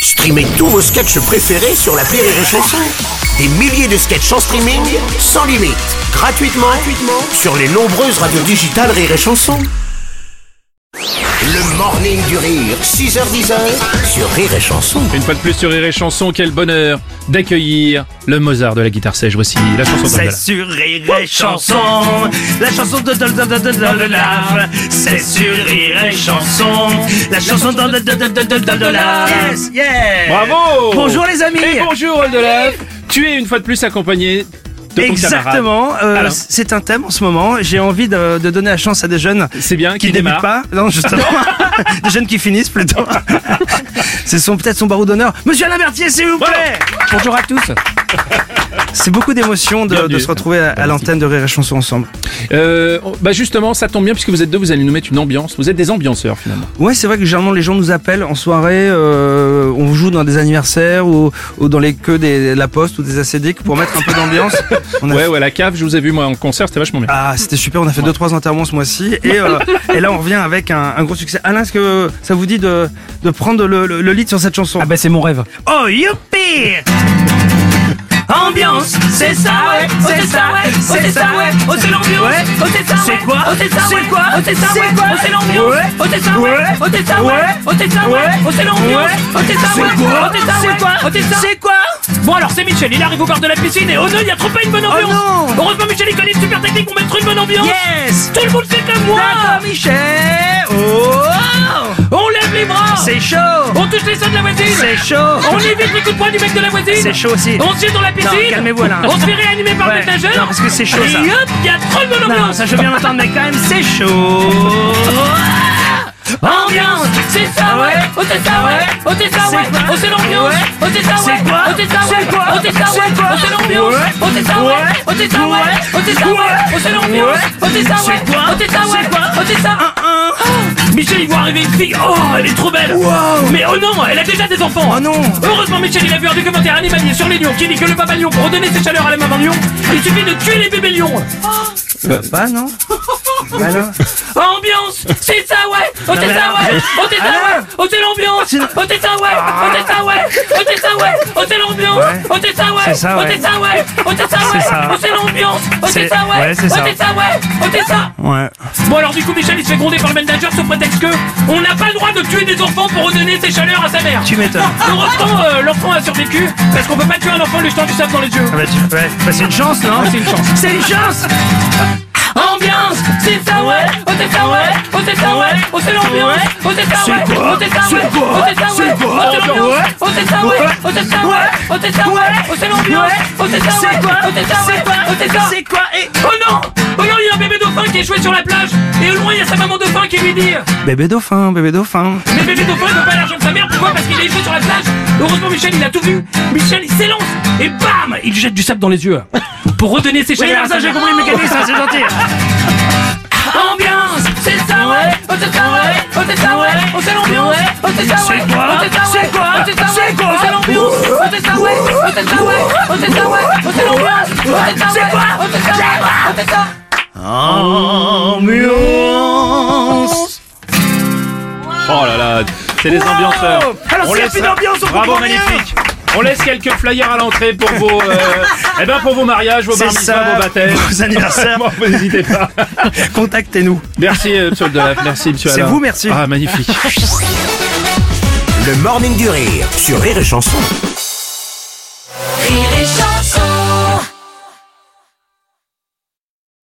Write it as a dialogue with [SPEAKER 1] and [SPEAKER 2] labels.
[SPEAKER 1] Streamez tous vos sketchs préférés sur l'appli Rire et Chanson. Des milliers de sketchs en streaming, sans limite, gratuitement sur les nombreuses radios digitales Rire et Chanson. Le morning du rire, 6h-10h sur Rire et Chanson.
[SPEAKER 2] Une fois de plus sur Rire et Chanson, quel bonheur d'accueillir le Mozart de la guitare sèche. Voici la chanson
[SPEAKER 3] C'est
[SPEAKER 2] d'Andela.
[SPEAKER 3] sur Rire et Chanson, la chanson de Lave. C'est sur Rire et Chanson, la chanson de Lave. Yes, yeah.
[SPEAKER 2] Bravo.
[SPEAKER 3] Bonjour les amis.
[SPEAKER 2] Et bonjour Oldelaf. Tu es une fois de plus accompagné de ton
[SPEAKER 3] Exactement,
[SPEAKER 2] Alors.
[SPEAKER 3] c'est un thème en ce moment. J'ai envie de donner la chance à des jeunes
[SPEAKER 2] C'est bien,
[SPEAKER 3] qui
[SPEAKER 2] qui
[SPEAKER 3] débutent
[SPEAKER 2] démarre.
[SPEAKER 3] pas. Non, justement, des jeunes qui finissent plutôt. C'est peut-être son barreau d'honneur. Monsieur Alain Berthier, s'il vous plaît. Bonjour à tous. C'est beaucoup d'émotion de se retrouver à l'antenne de Rire et Chanson ensemble.
[SPEAKER 2] Bah justement, ça tombe bien puisque vous êtes deux, vous allez nous mettre une ambiance. Vous êtes des ambianceurs finalement.
[SPEAKER 3] Ouais, c'est vrai que généralement les gens nous appellent en soirée, on joue dans des anniversaires ou dans les queues de la Poste ou des ACD pour mettre un peu d'ambiance. On a
[SPEAKER 2] Ouais, la cave, je vous ai vu moi en concert, c'était vachement bien.
[SPEAKER 3] Ah, c'était super, on a fait 2-3 enterrements ce mois-ci et là on revient avec un gros succès. Alain, est-ce que ça vous dit de prendre le lead sur cette chanson?
[SPEAKER 4] Ah bah c'est mon rêve.
[SPEAKER 3] Oh youpi! Ambiance, c'est ça, ouais, c'est ça, ouais, c'est ça, ouais, oh c'est l'ambiance, ouais, oh c'est ça, c'est quoi, oh c'est ça, c'est quoi, oh c'est ça, c'est quoi, oh c'est l'ambiance, ouais, oh c'est ça, ouais, oh c'est ça, ouais, oh c'est ça, ouais, oh c'est l'ambiance, oh c'est ça, ouais, oh c'est ça, c'est quoi, oh c'est ça, c'est quoi?
[SPEAKER 4] Bon alors c'est Michel, il arrive au bord de la piscine et oh non, il y a trop pas une bonne ambiance.
[SPEAKER 3] non.
[SPEAKER 4] Heureusement Michel il connaît une super technique pour mettre une bonne ambiance.
[SPEAKER 3] Yes!
[SPEAKER 4] Tout le monde fait comme moi.
[SPEAKER 3] D'accord Michel! Oh!
[SPEAKER 4] On lève les bras.
[SPEAKER 3] C'est chaud!
[SPEAKER 4] On touche les seins de la voisine.
[SPEAKER 3] C'est chaud!
[SPEAKER 4] On évite les coups de poing du mec de la voisine.
[SPEAKER 3] C'est chaud aussi!
[SPEAKER 4] On se jette dans la piscine.
[SPEAKER 3] Non, calmez-vous, Alain.
[SPEAKER 4] On se fait réanimer par le
[SPEAKER 3] Ouais.
[SPEAKER 4] maître nageur.
[SPEAKER 3] Non, parce que c'est chaud, ça.
[SPEAKER 4] Et hop, il y a trop de bonne
[SPEAKER 3] Non,
[SPEAKER 4] ambiance.
[SPEAKER 3] ça je veux bien l'entendre, mais quand même c'est chaud!
[SPEAKER 4] Ambiance, c'est ça ouais, oh c'est ça ouais, oh c'est ça ouais, oh c'est l'ambiance, oh c'est ça ouais,
[SPEAKER 3] C'est quoi?
[SPEAKER 4] oh c'est ça ouais,
[SPEAKER 3] C'est quoi?
[SPEAKER 4] oh c'est ça ouais,
[SPEAKER 3] C'est quoi?
[SPEAKER 4] oh c'est l'ambiance,
[SPEAKER 3] Ouais.
[SPEAKER 4] oh c'est ça ouais, oh c'est ça ouais, oh c'est ça ouais, oh c'est l'ambiance, oh c'est ça ouais,
[SPEAKER 3] C'est quoi?
[SPEAKER 4] oh c'est ça ouais,
[SPEAKER 3] C'est quoi?
[SPEAKER 4] oh c'est ça. Michel il voit arriver une fille, oh elle est trop belle. Mais oh non, elle a déjà des enfants.
[SPEAKER 3] Oh non!
[SPEAKER 4] Heureusement Michel il a vu un documentaire animalier sur les lions qui dit que le papa lion pour redonner ses chaleurs à la maman lion, il suffit de tuer les bébés lions.
[SPEAKER 3] Bah non? Alors?
[SPEAKER 4] Ambiance, c'est ça ouais, oh c'est ça ouais, oh c'est ça ouais, oh c'est l'ambiance, oh c'est ça ouais, oh c'est ça ouais, oh c'est ça ouais, oh c'est l'ambiance,
[SPEAKER 3] Ouais.
[SPEAKER 4] oh c'est ça ouais,
[SPEAKER 3] C'est ça,
[SPEAKER 4] oh
[SPEAKER 3] ouais.
[SPEAKER 4] c'est ça ouais, oh c'est ça
[SPEAKER 3] C'est
[SPEAKER 4] ouais,
[SPEAKER 3] ça.
[SPEAKER 4] oh c'est l'ambiance, oh c'est
[SPEAKER 3] C'est-
[SPEAKER 4] ça ouais,
[SPEAKER 3] ouais, c'est
[SPEAKER 4] oh
[SPEAKER 3] ça.
[SPEAKER 4] c'est ça ouais, oh c'est ça.
[SPEAKER 3] Ouais.
[SPEAKER 4] Bon alors du coup Michel il se fait gronder par le manager sous prétexte que on n'a pas le droit de tuer des enfants pour redonner ses chaleurs à sa mère.
[SPEAKER 3] Tu m'étonnes.
[SPEAKER 4] Heureusement l'enfant a survécu parce qu'on peut pas tuer un enfant en lui jetant du sable dans les yeux.
[SPEAKER 3] Ah bah, ouais. Bah c'est une chance, non?
[SPEAKER 4] C'est une chance.
[SPEAKER 3] C'est une chance!
[SPEAKER 4] Ambiance, c'est ça ouais, oh c'est ça ouais, oh c'est ça ouais, oh c'est l'ambiance, oh c'est ça ouais, oh c'est ça ouais, oh c'est ça ouais, oh c'est l'ambiance, oh c'est ça ouais, oh c'est ça ouais, oh c'est ça ouais, oh c'est l'ambiance, oh c'est ça ouais, oh c'est ça ouais, oh c'est ça.
[SPEAKER 3] C'est quoi? Et...
[SPEAKER 4] Oh non, il y a un bébé dauphin qui est échoué sur la plage et au loin il y a sa maman dauphin qui lui dit
[SPEAKER 3] Bébé dauphin, bébé dauphin.
[SPEAKER 4] mais bébé dauphin il veut pas l'argent de sa mère, pourquoi? Parce qu'il est échoué sur la plage. Heureusement Michel il a tout vu, Michel il s'élance et bam, il lui jette du sable dans les yeux pour redonner ses chaleurs à sa mère.
[SPEAKER 3] compris le mécanisme, c'est gentil.
[SPEAKER 4] Ambiance, c'est ça ouais, oh c'est ça ouais, oh c'est ça ouais, oh c'est l'ambiance, oh c'est ça ouais,
[SPEAKER 3] C'est quoi?
[SPEAKER 4] oh c'est ça ouais,
[SPEAKER 3] C'est quoi?
[SPEAKER 4] oh c'est ça ouais,
[SPEAKER 3] C'est quoi?
[SPEAKER 4] oh c'est l'ambiance, oh c'est ça ouais, oh c'est ça ouais, oh c'est ça ouais, oh c'est l'ambiance, oh c'est ça ouais, oh c'est ça ouais, oh c'est ça.
[SPEAKER 3] Ambiance.
[SPEAKER 2] Oh là là, c'est des ambianceurs.
[SPEAKER 3] Alors
[SPEAKER 2] On
[SPEAKER 3] c'est
[SPEAKER 2] laisse
[SPEAKER 3] une ambiance, on
[SPEAKER 2] Bravo,
[SPEAKER 3] comprend rien.
[SPEAKER 2] magnifique. On laisse quelques flyers à l'entrée pour vos, pour vos mariages, vos bar
[SPEAKER 3] C'est
[SPEAKER 2] mitzvahs,
[SPEAKER 3] ça,
[SPEAKER 2] vos baptêmes.
[SPEAKER 3] vos anniversaires.
[SPEAKER 2] Bon, vous n'hésitez pas.
[SPEAKER 3] Contactez-nous.
[SPEAKER 2] Merci, monsieur Oldelaf. Merci, monsieur
[SPEAKER 3] C'est
[SPEAKER 2] Alain.
[SPEAKER 3] vous, merci.
[SPEAKER 2] Ah, magnifique.
[SPEAKER 1] Le morning du rire sur Rire et Chanson.